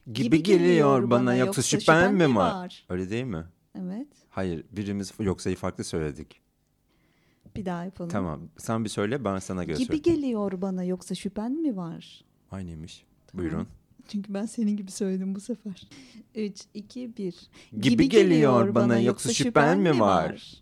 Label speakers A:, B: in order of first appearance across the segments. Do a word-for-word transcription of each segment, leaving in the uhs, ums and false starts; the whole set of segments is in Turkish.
A: Gibi geliyor bana, yoksa şüphen mi var? Öyle değil mi?
B: Evet.
A: Hayır, birimiz yoksa'yı farklı söyledik.
B: Bir daha yapalım.
A: Tamam, sen bir söyle, ben sana göre
B: Gibi
A: söyleyeyim.
B: geliyor bana, yoksa şüphen mi var?
A: Aynıymış.
B: Tamam.
A: Buyurun.
B: Çünkü ben senin gibi söyledim bu sefer. üç, iki, bir.
A: Gibi, Gibi geliyor bana, yoksa şüphen mi var?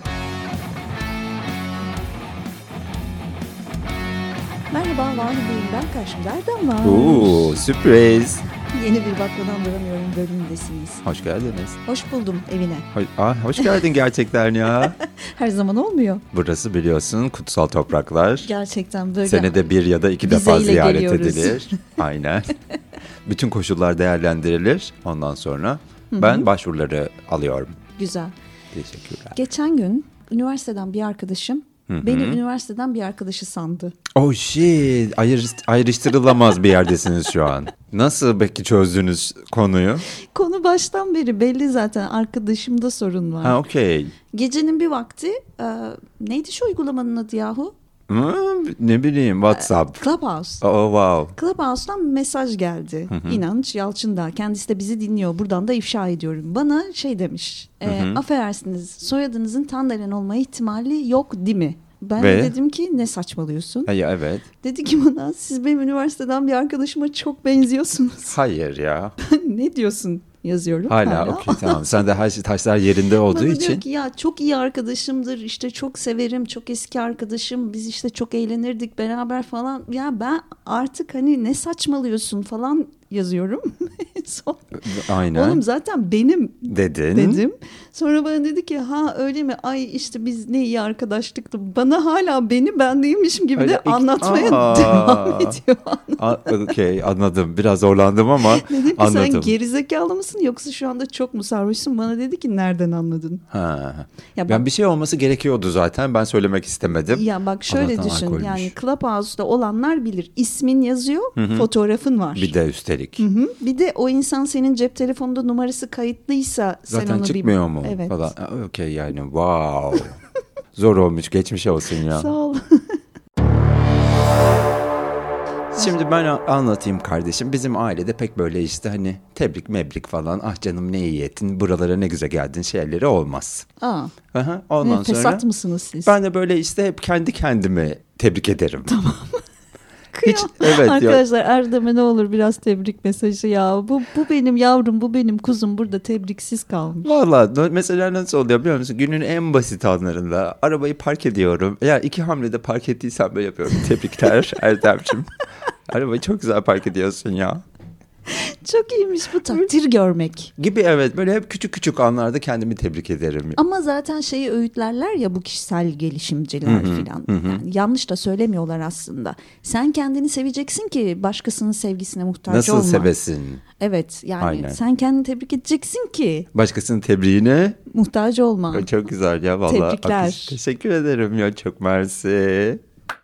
B: Merhaba, var mı ben? Karşımda Erdem var.
A: Oo, sürpriz.
B: Yeni bir Bakmadan Duramıyorum bölümündesiniz.
A: Hoş geldiniz.
B: Hoş buldum evine.
A: Hoş, aa, hoş geldin gerçekten ya.
B: Her zaman olmuyor.
A: Burası biliyorsun kutsal topraklar.
B: Gerçekten böyle.
A: Senede bir ya da iki
B: Vizeyle
A: defa ziyaret
B: geliyoruz.
A: edilir. Aynen. Bütün koşullar değerlendirilir. Ondan sonra ben başvuruları alıyorum.
B: Güzel.
A: Teşekkürler.
B: Geçen gün üniversiteden bir arkadaşım Hı-hı. beni üniversiteden bir arkadaşı sandı.
A: Oh shit. Ayrı, ayrıştırılamaz bir yerdesiniz şu an. Nasıl peki çözdünüz konuyu?
B: Konu baştan beri belli zaten. Arkadaşımda sorun var.
A: Ha, okey.
B: Gecenin bir vakti e, neydi şu uygulamanın adı yahu?
A: Hmm, ne bileyim, WhatsApp.
B: Clubhouse.
A: Oh wow.
B: Clubhouse'dan mesaj geldi. Hı hı. İnanç Yalçın'da. Kendisi de bizi dinliyor. Buradan da ifşa ediyorum. Bana şey demiş. E, affedersiniz, soyadınızın Tandelen olma ihtimali yok değil mi? Ben Ve? de dedim ki ne saçmalıyorsun?
A: Hayır, evet.
B: Dedi ki bana, siz benim üniversiteden bir arkadaşıma çok benziyorsunuz.
A: Hayır ya.
B: Ne diyorsun? Yazıyorum.
A: Hala, hala. Okey, tamam. Sen de her şey taşlar yerinde olduğu
B: Bana
A: için.
B: diyor ki ya çok iyi arkadaşımdır, işte çok severim, çok eski arkadaşım, biz işte çok eğlenirdik beraber falan. Ya ben artık hani ne saçmalıyorsun falan yazıyorum. Son,
A: Aynen.
B: Oğlum zaten benim
A: dedin.
B: Dedim. Sonra bana dedi ki ha öyle mi? Ay işte biz ne iyi arkadaşlıktı. Bana hala beni ben değilmişim gibi öyle de ilk... anlatmaya Aa. devam ediyor.
A: Okey, anladım. Biraz zorlandım ama
B: dedim ki
A: anladım.
B: Sen gerizekalı mısın yoksa şu anda çok mu sarhoşsun? Bana dedi ki nereden anladın?
A: Ha. Ya ben bak, bir şey olması gerekiyordu zaten. Ben söylemek istemedim.
B: Ya bak şöyle Allah'tan düşün. Alkolmüş. Yani Clubhouse'da olanlar bilir. İsmin yazıyor, Hı-hı. fotoğrafın var.
A: Bir de üstelik.
B: Hı-hı. Bir de o insan senin cep telefonunda numarası kayıtlıysa
A: zaten
B: sen onu
A: çıkmıyor
B: bir...
A: mu?
B: Evet.
A: Falan. Okey yani wow. Zor olmuş, geçmiş olsun ya.
B: Sağ ol.
A: Şimdi ben anlatayım kardeşim. Bizim ailede pek böyle işte hani tebrik mebrik falan, ah canım ne iyi ettin, buralara ne güzel geldin şeyleri olmaz.
B: Aa.
A: Aha, ondan
B: evet,
A: sonra
B: fesat mısınız siz?
A: Ben de böyle işte hep kendi kendimi tebrik ederim.
B: Tamam.
A: Hiç, evet,
B: arkadaşlar Erdem'e ne olur biraz tebrik mesajı ya. Bu, bu benim yavrum, bu benim kuzum burada tebriksiz kalmış.
A: Vallahi mesela nasıl oluyor biliyor musun? Günün en basit anlarında arabayı park ediyorum. Ya iki hamlede park ettiysem böyle yapıyorum. Tebrikler Erdem'cim. Arabayı çok güzel park ediyorsun ya.
B: Çok iyiymiş bu, takdir görmek.
A: Gibi, evet, böyle hep küçük küçük anlarda kendimi tebrik ederim.
B: Ama zaten şeyi öğütlerler ya bu kişisel gelişimciler filan. Yani yanlış da söylemiyorlar aslında. Sen kendini seveceksin ki başkasının sevgisine muhtaç
A: Nasıl
B: olma.
A: Nasıl sevesin?
B: Evet yani
A: Aynen.
B: Sen kendini tebrik edeceksin ki
A: başkasının tebriğine
B: muhtaç olma.
A: Çok güzel ya vallahi.
B: Tebrikler.
A: Akış. Teşekkür ederim ya, çok mersi.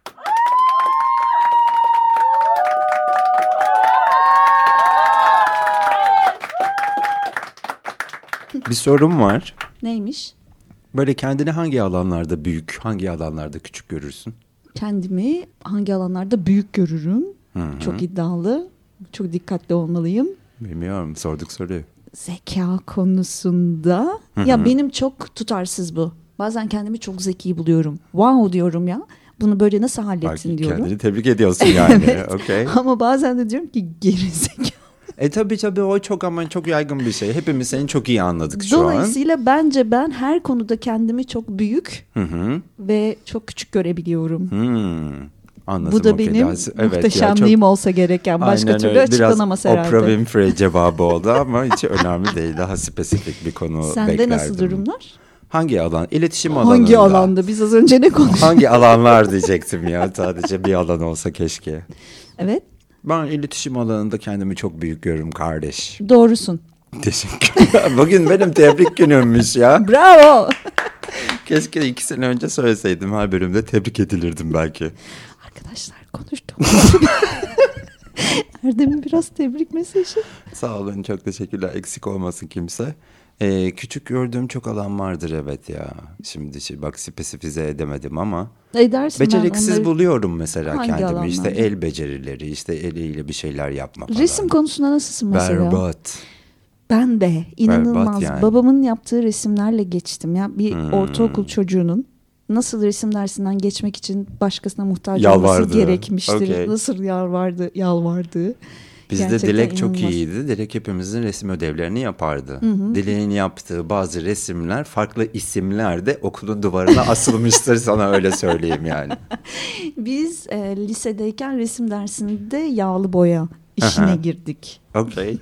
A: Bir sorum var.
B: Neymiş?
A: Böyle kendini hangi alanlarda büyük, hangi alanlarda küçük görürsün?
B: Kendimi hangi alanlarda büyük görürüm? Hı-hı. Çok iddialı, çok dikkatli olmalıyım.
A: Bilmiyorum, sorduk soruyu.
B: Zeka konusunda, Hı-hı. ya benim çok tutarsız bu. Bazen kendimi çok zeki buluyorum. Wow diyorum ya. Bunu böyle nasıl hallettin
A: Bak,
B: diyorum.
A: Kendini tebrik ediyorsun yani.
B: Evet.
A: Okay.
B: Ama bazen de diyorum ki gerizekalı.
A: E tabii tabii o çok ama çok yaygın bir şey. Hepimiz seni çok iyi anladık şu
B: Dolayısıyla
A: an.
B: Dolayısıyla bence ben her konuda kendimi çok büyük
A: hı hı.
B: ve çok küçük görebiliyorum.
A: Hmm. Anladım.
B: Bu da benim evet, muhteşemliğim ya, çok... olsa gereken. Başka Aynen türlü öyle. Açıklanamaz herhalde.
A: Biraz Oprah Winfrey cevabı oldu ama hiç önemli değil. Daha spesifik bir konu
B: Sende
A: beklerdim.
B: Sende nasıl durumlar?
A: Hangi alan? İletişim alanında.
B: Hangi alanda? Biz az önce ne konuştuk?
A: Hangi alanlar diyecektim ya. Sadece bir alan olsa keşke.
B: Evet.
A: Ben iletişim alanında kendimi çok büyük görürüm kardeş.
B: Doğrusun.
A: Teşekkürler. Bugün benim tebrik günümmüş ya.
B: Bravo.
A: Keşke iki sene önce söyleseydim, her bölümde tebrik edilirdim belki.
B: Arkadaşlar konuştuk. Erdem'in biraz tebrik mesajı.
A: Sağ olun, çok teşekkürler. Eksik olmasın kimse. Ee, küçük gördüğüm çok alan vardır evet ya. Şimdi şey, bak spesifize edemedim ama.
B: Edersin,
A: beceriksiz
B: onları...
A: buluyorum mesela
B: Hangi
A: kendimi.
B: alanlarda?
A: İşte el becerileri, işte eliyle bir şeyler yapma falan.
B: Resim konusunda nasılsın mesela?
A: Berbat.
B: Ben de inanılmaz.
A: yani.
B: Babamın yaptığı resimlerle geçtim. Ya bir
A: Hmm.
B: ortaokul çocuğunun nasıl resim dersinden geçmek için başkasına muhtaç
A: Yalvardı.
B: olması gerekmiştir.
A: Okay.
B: Nasıl yalvardı, yalvardı.
A: Bizde
B: Gerçekten
A: Dilek çok
B: inanılmaz.
A: iyiydi. Dilek hepimizin resim ödevlerini yapardı.
B: Hı hı.
A: Dilek'in yaptığı bazı resimler farklı isimlerde okulun duvarına asılmıştır, sana öyle söyleyeyim yani.
B: Biz e, lisedeyken resim dersinde yağlı boya işine girdik.
A: Okay.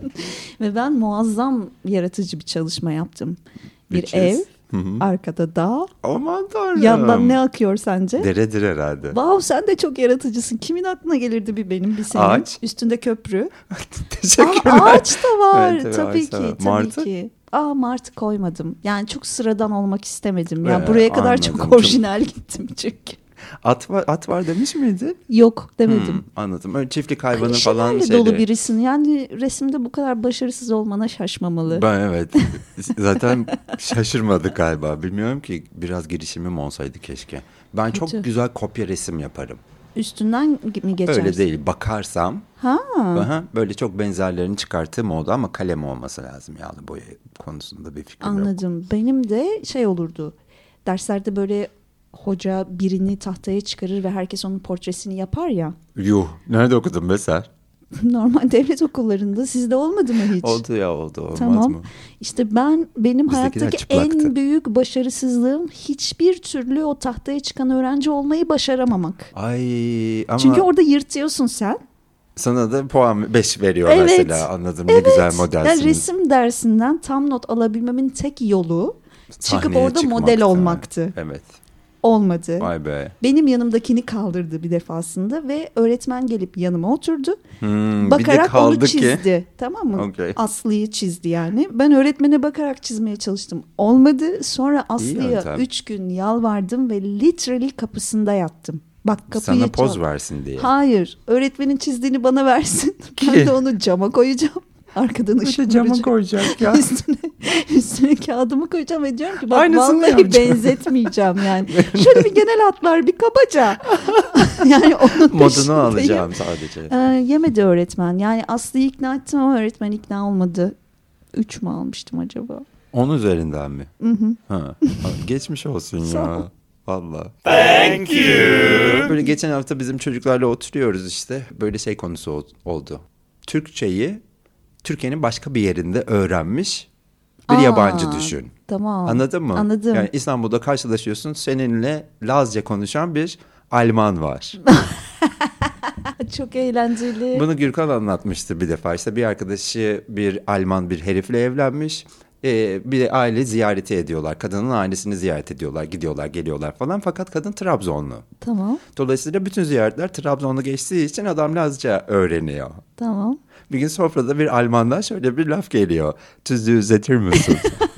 B: Ve ben muazzam yaratıcı bir çalışma yaptım. Bir
A: Which is?
B: ev,
A: Hı hı.
B: arkada dağ,
A: Aman tanrım.
B: yandan ne akıyor sence?
A: Deredir herhalde.
B: Wow, sen de çok yaratıcısın. Kimin aklına gelirdi bir benim bir senin?
A: Ağaç.
B: Üstünde köprü.
A: Teşekkürler.
B: Aa, ağaç da var.
A: Evet, evet,
B: tabii
A: ağaç
B: ki,
A: da var.
B: tabii
A: Martı?
B: ki. Aa, martı koymadım. Yani çok sıradan olmak istemedim. Ya
A: Ee,
B: buraya kadar
A: anladım.
B: çok
A: Çok-
B: orijinal gittim çünkü.
A: At var, at var demiş miydin?
B: Yok demedim.
A: Hmm, anladım. Öyle çiftlik hayvanı
B: Klişelerle
A: falan
B: dolu
A: şeyleri.
B: birisin. Yani resimde bu kadar başarısız olmana şaşmamalı.
A: Ben evet. Zaten şaşırmadık galiba. Bilmiyorum ki, biraz girişimim olsaydı keşke. Ben çok
B: Kötü.
A: güzel kopya resim yaparım.
B: Üstünden mi geçersin?
A: Öyle değil. Bakarsam
B: Ha.
A: aha, böyle çok benzerlerini çıkarttığım oldu ama kalem olması lazım, yağlı boya konusunda bir fikrim yok.
B: Anladım. Benim de şey olurdu. Derslerde böyle hoca birini tahtaya çıkarır ve herkes onun portresini yapar ya.
A: Yuh. Nerede okudun mesela?
B: Normal devlet okullarında sizde olmadı mı hiç?
A: Oldu ya, oldu. Olmaz
B: Tamam.
A: mı?
B: İşte ben benim
A: Bizdekiler
B: hayattaki
A: çıplaktı.
B: en büyük başarısızlığım hiçbir türlü o tahtaya çıkan öğrenci olmayı başaramamak.
A: Ay ama
B: Çünkü orada yırtıyorsun sen.
A: sana da puan beş veriyor
B: Evet.
A: mesela. Anladım, ne güzel
B: Yani
A: modelsiniz.
B: resim dersinden tam not alabilmemin tek yolu çıkıp
A: Sahneye
B: orada model
A: çıkmaktı.
B: olmaktı.
A: Evet.
B: Olmadı.
A: Vay be.
B: Benim yanımdakini kaldırdı bir defasında ve öğretmen gelip yanıma oturdu.
A: Hmm, bir de
B: Bakarak onu
A: kaldı ki.
B: çizdi. Tamam mı?
A: Okay.
B: Aslı'yı çizdi yani. Ben öğretmene bakarak çizmeye çalıştım. Olmadı. Sonra Aslı'ya
A: yöntem.
B: üç gün yalvardım ve literally kapısında yattım. Bak kapıyı
A: Sana poz
B: çal-
A: versin diye.
B: Hayır. Öğretmenin çizdiğini bana versin. Ben
A: Ki?
B: de onu cama koyacağım. Arkadan ışık
A: İşte cama
B: vuracak.
A: koyacak ya.
B: Üstüne, üstüne kağıdımı koyacağım ve diyorum ki bak
A: Aynısını
B: vallahi
A: yapacağım.
B: benzetmeyeceğim yani. Şöyle bir genel hatlar bir kabaca. Yani onun
A: Modunu
B: peşindeyim.
A: alacağım sadece.
B: Ee, yemedi öğretmen. Yani Aslı'yı ikna ettim ama öğretmen ikna olmadı. Üç mü almıştım acaba?
A: On üzerinden mi?
B: Hı hı.
A: Ha. Geçmiş olsun
B: Sağ ol.
A: ya. Valla. Thank you. Böyle geçen hafta bizim çocuklarla oturuyoruz işte. Böyle şey konusu ol- oldu. Türkçeyi Türkiye'nin başka bir yerinde öğrenmiş bir
B: Aa,
A: yabancı düşün.
B: Tamam.
A: Anladın mı?
B: Anladım.
A: Yani İstanbul'da karşılaşıyorsun, seninle Lazca konuşan bir Alman var.
B: Çok eğlenceli.
A: Bunu Gürkan anlatmıştı bir defa. İşte bir arkadaşı bir Alman bir herifle evlenmiş. Ee, bir aile ziyareti ediyorlar. Kadının ailesini ziyaret ediyorlar. Gidiyorlar, geliyorlar falan. Fakat kadın Trabzonlu.
B: Tamam.
A: Dolayısıyla bütün ziyaretler Trabzonlu geçtiği için adam Lazca öğreniyor.
B: Tamam.
A: Bir gün sofrada bir Almandan şöyle bir laf geliyor. Tuzlu uzatir mısın?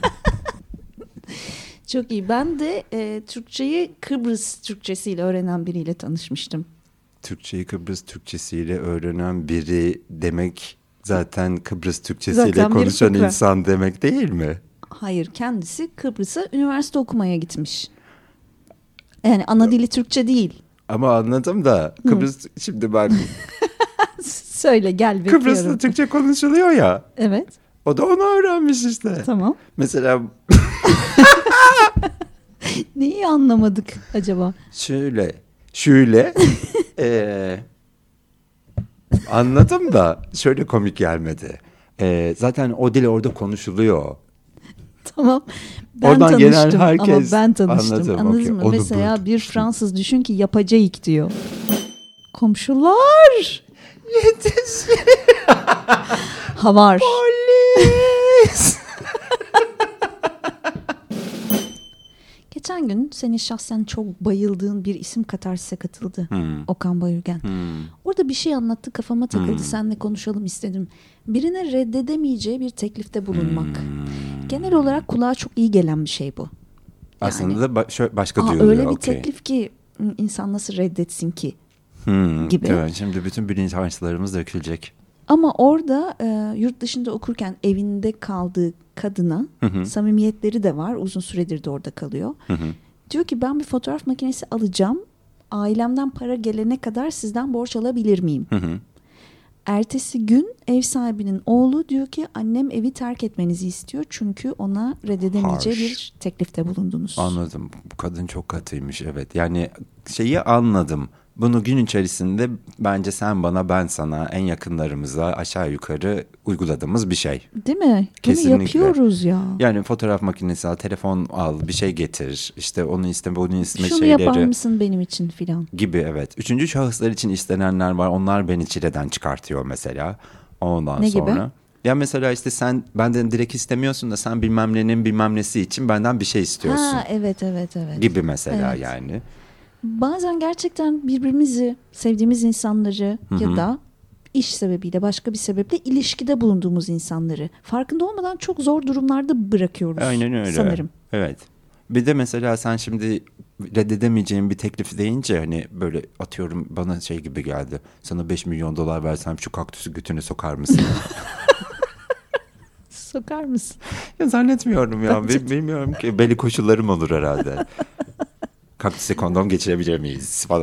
B: Çok iyi. Ben de e, Türkçeyi Kıbrıs Türkçesiyle öğrenen biriyle tanışmıştım.
A: Türkçeyi Kıbrıs Türkçesiyle öğrenen biri demek zaten Kıbrıs Türkçesiyle
B: Zaten bir
A: konuşan
B: fıkra.
A: insan demek değil mi?
B: Hayır, kendisi Kıbrıs'a üniversite okumaya gitmiş. Yani ana dili Türkçe değil.
A: Ama anladım da Kıbrıs şimdi ben
B: Söyle gel bekliyorum.
A: Kıbrıs'ta Türkçe konuşuluyor ya.
B: Evet.
A: O da onu öğrenmiş işte.
B: Tamam.
A: Mesela
B: Neyi anlamadık acaba?
A: şöyle şöyle eee, anladım da şöyle komik gelmedi. Eee, zaten o dil orada konuşuluyor.
B: Tamam. Ben
A: Oradan gelen
B: tanıştım
A: herkes-
B: ama ben tanıştım.
A: Anladım,
B: Anladın
A: okey.
B: mı?
A: Onu
B: Mesela
A: böyle-
B: bir Fransız düşün ki yapacağız diyor. Komşular.
A: Yetiş.
B: Havar.
A: Polis.
B: Geçen gün senin şahsen çok bayıldığın bir isim katarsise katıldı.
A: Hmm.
B: Okan Bayülgen.
A: Hmm.
B: Orada bir şey anlattı, kafama takıldı.
A: Hmm.
B: Seninle konuşalım istedim. Birine reddedemeyeceği bir teklifte bulunmak.
A: Hmm.
B: Genel olarak kulağa çok iyi gelen bir şey bu.
A: Aslında da ba- şöyle başka
B: Aa,
A: duyuluyor.
B: öyle bir
A: okey.
B: teklif ki insan nasıl reddetsin ki?
A: Hmm,
B: gibi.
A: Evet, şimdi bütün bilinçaltlarımız dökülecek.
B: Ama orada e, yurt dışında okurken evinde kaldığı kadına
A: Hı hı.
B: samimiyetleri de var. Uzun süredir de orada kalıyor.
A: Hı hı.
B: Diyor ki ben bir fotoğraf makinesi alacağım. Ailemden para gelene kadar sizden borç alabilir miyim?
A: Hı hı.
B: Ertesi gün ev sahibinin oğlu diyor ki annem evi terk etmenizi istiyor. Çünkü ona reddedemeyeceği
A: Harsh.
B: bir teklifte bulundunuz.
A: Anladım. Bu kadın çok katıymış, evet. Yani şeyi anladım. Bunu gün içerisinde bence sen bana, ben sana, en yakınlarımıza aşağı yukarı uyguladığımız bir şey.
B: Değil mi?
A: Kesinlikle.
B: Bunu yapıyoruz ya.
A: Yani fotoğraf makinesi al, telefon al, bir şey getir. İşte onu isteme, bunu isteme
B: Şunu
A: şeyleri.
B: yapar mısın benim için filan.
A: Gibi, evet. Üçüncü şahıslar için istenenler var. Onlar beni çileden çıkartıyor mesela. Ondan
B: Ne
A: sonra.
B: gibi?
A: Ya mesela işte sen benden direkt istemiyorsun da sen bilmem nenin bilmem nesi için benden bir şey istiyorsun.
B: Ha evet evet evet.
A: Gibi mesela
B: Evet.
A: yani.
B: Bazen gerçekten birbirimizi, sevdiğimiz insanları
A: Hı-hı.
B: ya da iş sebebiyle başka bir sebeple ilişkide bulunduğumuz insanları farkında olmadan çok zor durumlarda bırakıyoruz.
A: Aynen öyle.
B: Sanırım.
A: Evet. Bir de mesela sen şimdi reddedemeyeceğin bir teklif deyince hani böyle atıyorum bana şey gibi geldi. Sana beş milyon dolar versem şu kaktüsü götüne sokar mısın?
B: Sokar mısın?
A: Ya zannetmiyorum ya.
B: Bence
A: Bil- Bilmiyorum ki. Belli koşullarım olur herhalde. Kaktüse kondom geçirebilir miyiz falan.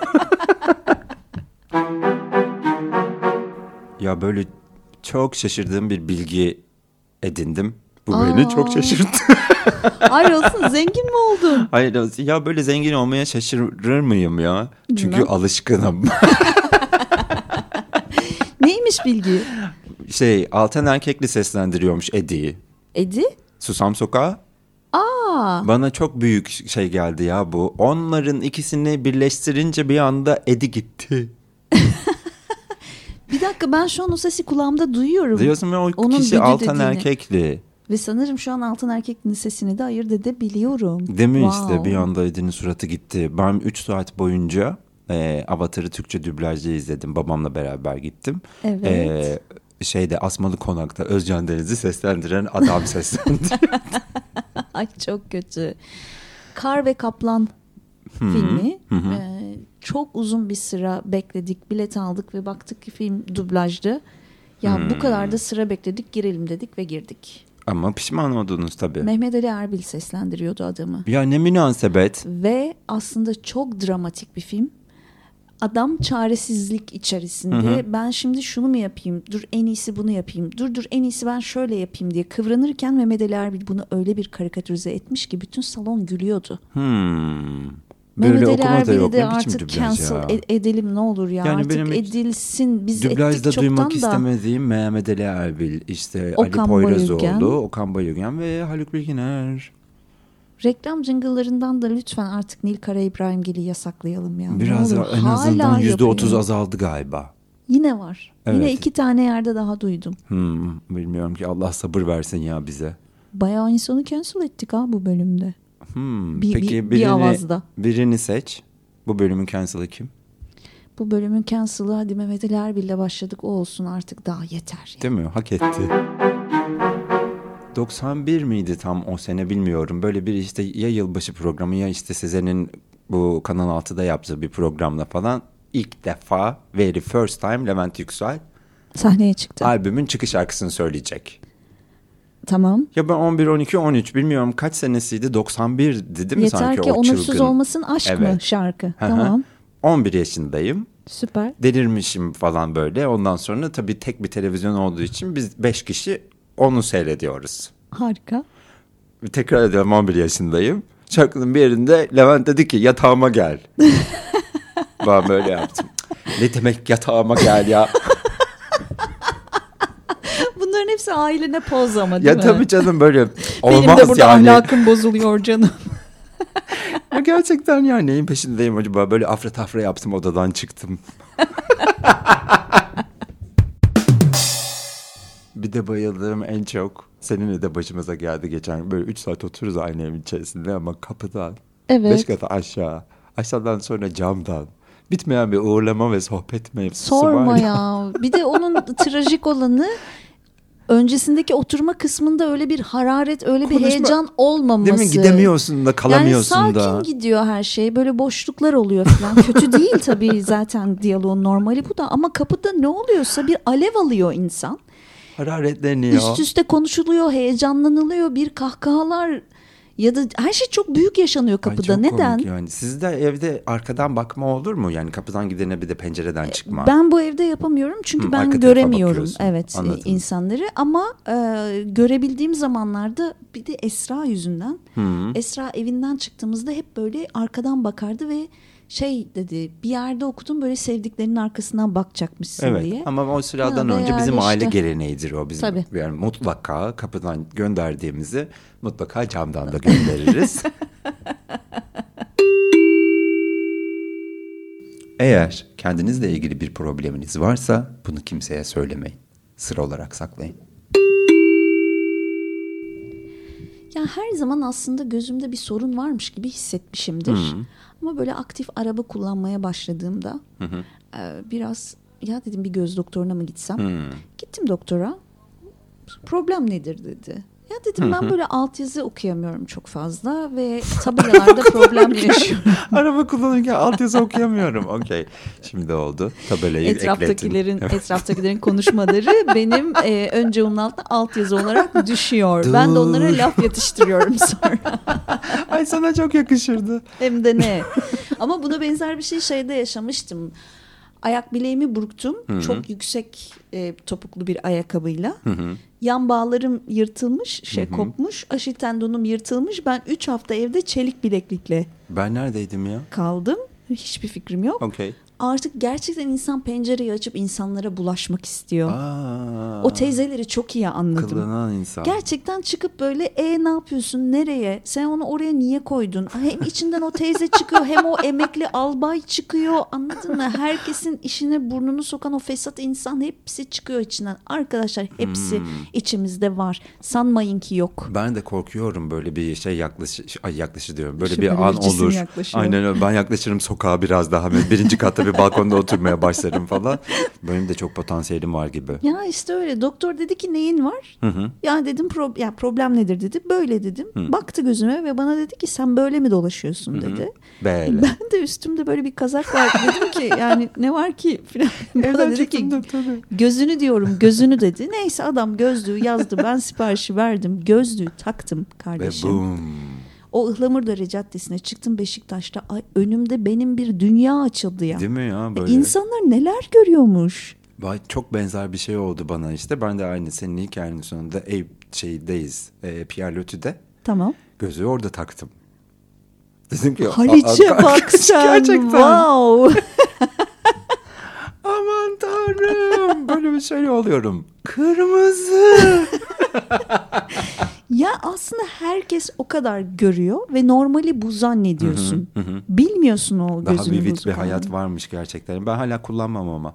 A: Ya böyle çok şaşırdığım bir bilgi edindim. Bu
B: Aa.
A: beni çok şaşırttı.
B: Hayır olsun zengin mi oldun?
A: Hayır ya, böyle zengin olmaya şaşırır mıyım ya? Çünkü
B: Bilmem.
A: alışkınım.
B: Neymiş bilgi?
A: Şey, Altan Erkekli seslendiriyormuş Eddie'yi.
B: Edi?
A: Susam Sokağı.
B: Aa.
A: Bana çok büyük şey geldi ya bu. Onların ikisini birleştirince bir anda Eddie gitti.
B: Bir dakika ben şu an o sesi kulağımda duyuyorum.
A: Diyorsun ve o
B: Onun
A: kişi
B: Büdü
A: Altan
B: dediğini.
A: Erkekli.
B: Ve sanırım şu an Altan Erkekli'nin sesini de ayırt edebiliyorum.
A: Değil mi
B: Wow.
A: işte, bir anda Eddie'nin suratı gitti. Ben üç saat boyunca e, Avatar'ı Türkçe dublajda izledim. Babamla beraber gittim.
B: Evet.
A: E, şeyde Asmalı Konak'ta Özcan Deniz'i seslendiren adam seslendiriyor.
B: Ay çok kötü. Kar ve Kaplan
A: Hı-hı.
B: filmi.
A: Hı-hı.
B: Ee, çok uzun bir sıra bekledik. Bilet aldık ve baktık ki film dublajdı. Ya
A: Hmm.
B: bu kadar da sıra bekledik, girelim dedik ve girdik.
A: Ama pişman oldunuz tabii.
B: Mehmet Ali Erbil seslendiriyordu adamı.
A: Ya ne münasebet.
B: Ve aslında çok dramatik bir film. Adam çaresizlik içerisinde.
A: Hı hı.
B: Ben şimdi şunu mu yapayım? Dur en iyisi bunu yapayım. Dur dur en iyisi ben şöyle yapayım diye kıvranırken Mehmet Ali Erbil bunu öyle bir karikatürize etmiş ki bütün salon gülüyordu.
A: Hmm. Böyle
B: Mehmet Ali
A: okuma da yok.
B: Erbil'i de
A: Ne biçim
B: artık
A: dublaj
B: cancel
A: ya?
B: e- edelim ne olur ya.
A: Yani
B: artık
A: benim hiç
B: edilsin. Biz
A: dublajda
B: ettik çoktan
A: duymak
B: da.
A: istemediğim Mehmet Ali Erbil, işte
B: Okan
A: Ali Poyrazoğlu,
B: Bayülgen.
A: Okan Bayülgen ve Haluk Bilginer.
B: Reklam jingle'larından da lütfen artık Nil Kara İbrahimgil'i yasaklayalım ya.
A: Biraz
B: ne olur.
A: en azından
B: Hala
A: yüzde otuz
B: yapıyor.
A: azaldı galiba.
B: Yine var.
A: Evet.
B: Yine iki tane yerde daha duydum.
A: Hmm, bilmiyorum ki, Allah sabır versin ya bize.
B: Bayağı insanı cancel ettik ha bu bölümde.
A: Hmm,
B: Bir-
A: peki
B: bir- bir
A: birini,
B: avazda.
A: birini seç. Bu bölümün cancel'ı kim?
B: Bu bölümün cancel'ı hadi Mehmet Ali Erbil'le başladık o olsun artık daha yeter. Ya.
A: Değil mi? Hak etti. doksan bir miydi tam o sene bilmiyorum. Böyle bir işte ya yılbaşı programı ya işte Sezen'in bu Kanal altıda yaptığı bir programla falan ilk defa very first time Levent Yüksel
B: Sahneye çıktı.
A: albümün çıkış şarkısını söyleyecek.
B: Tamam.
A: Ya ben on bir, on iki, on üç bilmiyorum kaç senesiydi, doksan birdi değil mi
B: Yeter
A: sanki
B: ki
A: o
B: onursuz
A: çılgın.
B: olmasın aşk mı
A: Evet.
B: şarkı.
A: Hı hı.
B: Tamam.
A: on bir yaşındayım.
B: Süper.
A: Delirmişim falan böyle. Ondan sonra tabii tek bir televizyon olduğu için biz beş kişi onu seyrediyoruz.
B: Harika.
A: Tekrar ediyorum, on bir yaşındayım. Şarkının bir yerinde Levent dedi ki yatağıma gel. Ben böyle yaptım. Ne demek yatağıma gel ya?
B: Bunların hepsi ailene poz ama değil
A: Ya
B: mi?
A: tabii canım, böyle
B: Benim
A: olmaz
B: de burada
A: yani.
B: ahlakım bozuluyor canım.
A: Ya gerçekten yani neyin peşindeyim acaba? Böyle afra tafra yaptım, odadan çıktım. Bir de bayıldığım en çok, seninle de başımıza geldi geçen, böyle üç saat otururuz aynı evin içerisinde ama kapıdan
B: Evet.
A: beş katı aşağı, aşağıdan sonra camdan bitmeyen bir uğurlama ve sohbet mevzusu
B: Sorma
A: var ya.
B: ya. Bir de onun trajik olanı öncesindeki oturma kısmında öyle bir hararet, öyle
A: Konuşma,
B: bir heyecan olmaması.
A: Değil mi? Gidemiyorsun da, kalamıyorsun
B: yani
A: da.
B: Yani sakin gidiyor her şey. Böyle boşluklar oluyor falan. Kötü değil tabii, zaten diyaloğun normali bu da. Ama kapıda ne oluyorsa bir alev alıyor insan.
A: Hararetleniyor.
B: Üst üste konuşuluyor, heyecanlanılıyor, bir kahkahalar ya da her şey çok büyük yaşanıyor kapıda.
A: Ay, çok
B: neden?
A: komik yani. Sizde evde arkadan bakma olur mu? Yani kapıdan gidene bir de pencereden çıkma.
B: Ben bu evde yapamıyorum çünkü
A: Hı,
B: ben
A: arka tarafa
B: göremiyorum.
A: bakıyorsun.
B: Evet,
A: Anladım.
B: insanları ama e, görebildiğim zamanlarda bir de Esra yüzünden.
A: Hı.
B: Esra evinden çıktığımızda hep böyle arkadan bakardı ve şey dedi, bir yerde okudum böyle sevdiklerinin arkasından bakacakmışsın
A: Evet,
B: diye.
A: ama o sıradan
B: Ha,
A: önce bizim
B: işte.
A: aile geleneğidir o bizim.
B: Tabii.
A: Yani mutlaka kapıdan gönderdiğimizi mutlaka camdan da göndeririz. Eğer kendinizle ilgili bir probleminiz varsa bunu kimseye söylemeyin. Sır olarak saklayın.
B: Ya her zaman aslında gözümde bir sorun varmış gibi hissetmişimdir. Hı. Ama böyle aktif araba kullanmaya başladığımda hı hı. E, biraz ya dedim bir göz doktoruna mı gitsem? Hı. Gittim doktora. Problem nedir dedi. Ya dedim ben böyle altyazı okuyamıyorum çok fazla ve tabelalarda problem yaşıyorum.
A: Araba kullanırken altyazı okuyamıyorum. Okey. Şimdi oldu. Tabelayı
B: etraftakilerin,
A: eklettin.
B: Etraftakilerin konuşmaları benim e, ön camımın altında altyazı olarak düşüyor. Dur. Ben de onlara laf yatıştırıyorum sonra.
A: Ay sana çok yakışırdı.
B: Hem de ne. Ama buna benzer bir şey şeyde yaşamıştım. Ayak bileğimi burktum. Hı-hı. Çok yüksek e, topuklu bir ayakkabıyla. Hı-hı. Yan bağlarım yırtılmış, şey Hı-hı. kopmuş. Aşil tendonum yırtılmış. Ben üç hafta evde çelik bileklikle.
A: Ben neredeydim ya?
B: Kaldım. Hiçbir fikrim yok.
A: Okay.
B: Artık gerçekten insan pencereyi açıp insanlara bulaşmak istiyor.
A: Aa,
B: o teyzeleri çok iyi anladım.
A: Kılınan insan.
B: Gerçekten çıkıp böyle e ne yapıyorsun, nereye? Sen onu oraya niye koydun? Hem içinden o teyze çıkıyor hem o emekli albay çıkıyor. Anladın mı? Herkesin işine burnunu sokan o fesat insan hepsi çıkıyor içinden. Arkadaşlar hepsi hmm. içimizde var. Sanmayın ki yok.
A: Ben de korkuyorum böyle bir şey yaklaşı, ay yaklaşı diyorum. Böyle bir an olur.
B: Yaklaşıyor.
A: Aynen öyle. Ben yaklaşırım sokağa biraz daha. Birinci katta bir balkonda oturmaya başlarım falan. Benim de çok potansiyelim var gibi.
B: Ya işte öyle. Doktor dedi ki neyin var? Hı hı. Ya dedim pro ya problem nedir dedi. Böyle dedim. Hı. Baktı gözüme ve bana dedi ki sen böyle mi dolaşıyorsun hı hı. dedi.
A: Böyle.
B: Ben de üstümde böyle bir kazak var. Dedim ki yani ne var ki falan. Bana dedi ki
A: tabii.
B: Gözünü diyorum gözünü dedi. Neyse adam gözlüğü yazdı. Ben siparişi verdim. Gözlüğü taktım kardeşim.
A: Ve boom.
B: O Ihlamurdere Caddesi'ne çıktım Beşiktaş'ta. Ay, önümde benim bir dünya açıldı ya.
A: Değil mi ya böyle?
B: İnsanlar neler görüyormuş.
A: Vay, çok benzer bir şey oldu bana işte. Ben de aynı senin hikayenin sonunda ev şeydeyiz. E, Pierre Loti'de.
B: Tamam.
A: Gözlüğü orada taktım. Dedim ki
B: Haliç'e bak sen.
A: Gerçekten.
B: Wow.
A: Aman tanrım. Böyle bir şey oluyorum. Kırmızı.
B: Ya aslında herkes o kadar görüyor ve normali bu zannediyorsun. Hı hı, hı. Bilmiyorsun o gözünün
A: Daha vivid bir
B: falan.
A: hayat varmış gerçekten. Ben hala kullanmam ama.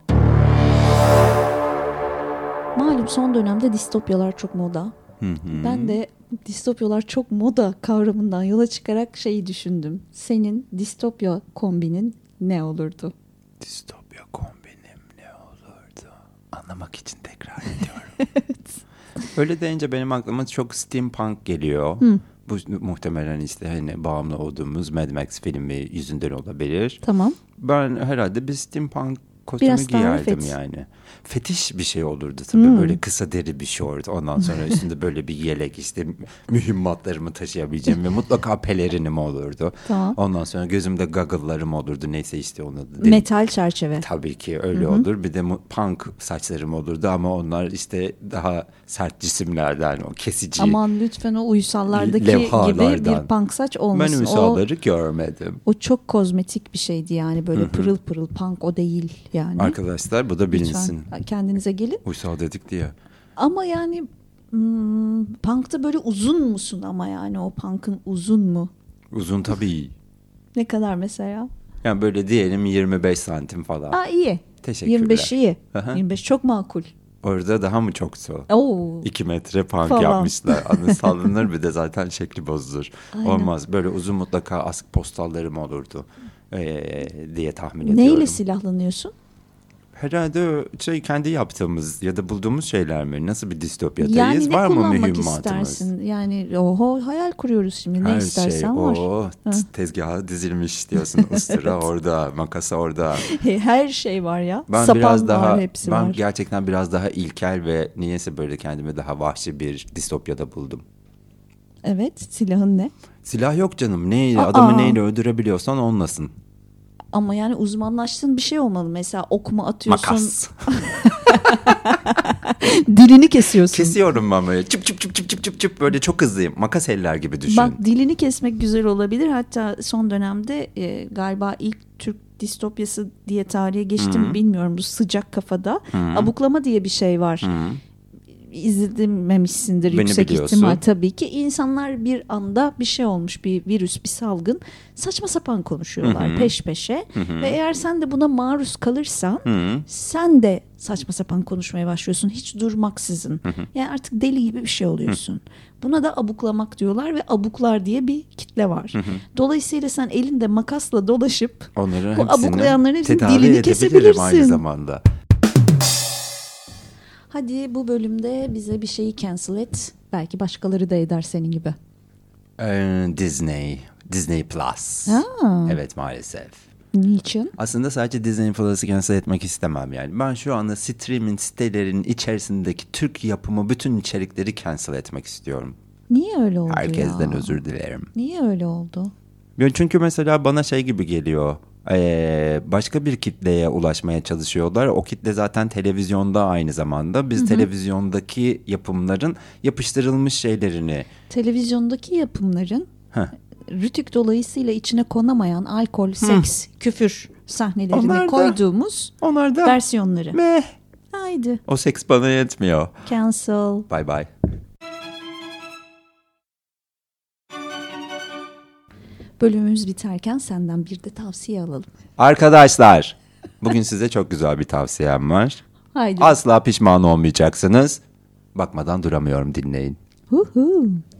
B: Malum son dönemde distopyalar çok moda. Hı hı. Ben de distopyalar çok moda kavramından yola çıkarak şeyi düşündüm. Senin distopya kombinin ne olurdu?
A: Distopya kombinim ne olurdu? Anlamak için tekrar ediyorum.
B: Evet.
A: Öyle deyince benim aklıma çok steampunk geliyor. Hı. Bu muhtemelen işte hani bağımlı olduğumuz Mad Max filmi yüzünden olabilir.
B: Tamam.
A: Ben herhalde bir steampunk kostümü
B: biraz
A: giyerdim yani. Fetiş bir şey olurdu tabii. Hmm. Böyle kısa deri bir şort. Ondan sonra üstünde böyle bir yelek, işte mühimmatlarımı taşıyabileceğim ve mutlaka pelerinim olurdu. Tamam. Ondan sonra gözümde goggle'larım olurdu. Neyse işte onu da.
B: Metal çerçeve.
A: Tabii ki öyle Hı-hı. olur. Bir de punk saçlarım olurdu ama onlar işte daha sert cisimlerden, o kesici.
B: Aman lütfen o uysallardaki gibi bir punk saç olmasın.
A: Ben uysalları o, görmedim.
B: O çok kozmetik bir şeydi yani, böyle Hı-hı. pırıl pırıl punk o değil yani.
A: Arkadaşlar bu da bilinsin.
B: Lütfen kendinize gelin.
A: Uysal dedik diye.
B: Ama yani hmm, punk'ta böyle uzun musun ama yani o punk'ın uzun mu?
A: Uzun tabii.
B: Ne kadar mesela?
A: Yani böyle diyelim yirmi beş santim falan.
B: Aa iyi.
A: Teşekkürler.
B: yirmi beş iyi. Aha. yirmi beş çok makul.
A: Orada daha mı çoktu?
B: Oo.
A: İki metre punk falan yapmışlar. Anı sallanır, bir de zaten şekli bozulur. Aynen. Olmaz. Böyle uzun mutlaka ask postallarım olurdu ee, diye tahmin
B: Neyle
A: ediyorum.
B: Neyle silahlanıyorsun?
A: Herhalde şey kendi yaptığımız ya da bulduğumuz şeyler mi? Nasıl bir distopyadayız?
B: Yani ne
A: var mı
B: kullanmak
A: mühimmatımız?
B: istersin? Yani oho hayal kuruyoruz şimdi.
A: Her
B: Ne istersen
A: şey,
B: var.
A: o tezgaha dizilmiş diyorsun. Istıra orada, makasa orada.
B: Her şey var ya.
A: Ben
B: Sapan
A: biraz daha
B: var, hepsi
A: ben
B: var.
A: gerçekten biraz daha ilkel ve niyeyse böyle kendimi daha vahşi bir distopyada buldum.
B: Evet, silahın ne?
A: Silah yok canım. Neyle,
B: Aa.
A: adamı neyle öldürebiliyorsan onlasın.
B: Ama yani uzmanlaştığın bir şey olmalı. Mesela ok mu atıyorsun?
A: Makas.
B: Dilini kesiyorsun.
A: Kesiyorum ben böyle çıp çıp çıp çıp çıp çıp çıp böyle çok hızlıyım. Makas eller gibi düşün.
B: Bak dilini kesmek güzel olabilir. Hatta son dönemde e, galiba ilk Türk distopyası diye tarihe geçti mi bilmiyorum. Bu sıcak kafada. Hı-hı. Abuklama diye bir şey var. Hı-hı. İzlememişsindir
A: Beni
B: yüksek
A: biliyorsun.
B: ihtimal tabii ki. İnsanlar bir anda bir şey olmuş, bir virüs, bir salgın. Saçma sapan konuşuyorlar Hı-hı. peş peşe. Hı-hı. Ve eğer sen de buna maruz kalırsan Hı-hı. sen de saçma sapan konuşmaya başlıyorsun. Hiç durmaksızın. Hı-hı. Yani artık deli gibi bir şey oluyorsun. Hı-hı. Buna da abuklamak diyorlar ve abuklar diye bir kitle var. Hı-hı. Dolayısıyla sen elinde makasla dolaşıp
A: onların
B: bu abuklayanların hepsinin dilini
A: edebilirim
B: kesebilirsin.
A: Aynı zamanda.
B: Hadi bu bölümde bize bir şeyi cancel et. Belki başkaları da eder senin gibi.
A: Ee, Disney. Disney Plus.
B: Aa.
A: Evet maalesef.
B: Niçin?
A: Aslında sadece Disney Plus'ı cancel etmek istemem yani. Ben şu anda streaming sitelerinin içerisindeki Türk yapımı bütün içerikleri cancel etmek istiyorum.
B: Niye öyle oldu
A: Herkesten
B: ya?
A: özür dilerim.
B: Niye öyle oldu?
A: Çünkü mesela bana şey gibi geliyor. Ee, başka bir kitleye ulaşmaya çalışıyorlar. O kitle zaten televizyonda aynı zamanda. Biz Hı-hı. televizyondaki yapımların yapıştırılmış şeylerini...
B: Televizyondaki yapımların Heh. Rütük dolayısıyla içine konamayan alkol, Hı. seks, küfür sahnelerini onlar koyduğumuz da, onlar da versiyonları.
A: Meh.
B: Haydi.
A: O seks bana yetmiyor.
B: Cancel.
A: Bye bye.
B: Bölümümüz biterken senden bir de tavsiye alalım.
A: Arkadaşlar, bugün size çok güzel bir tavsiyem var.
B: Haydi.
A: Asla pişman olmayacaksınız. Bakmadan duramıyorum, dinleyin.
B: Huhu.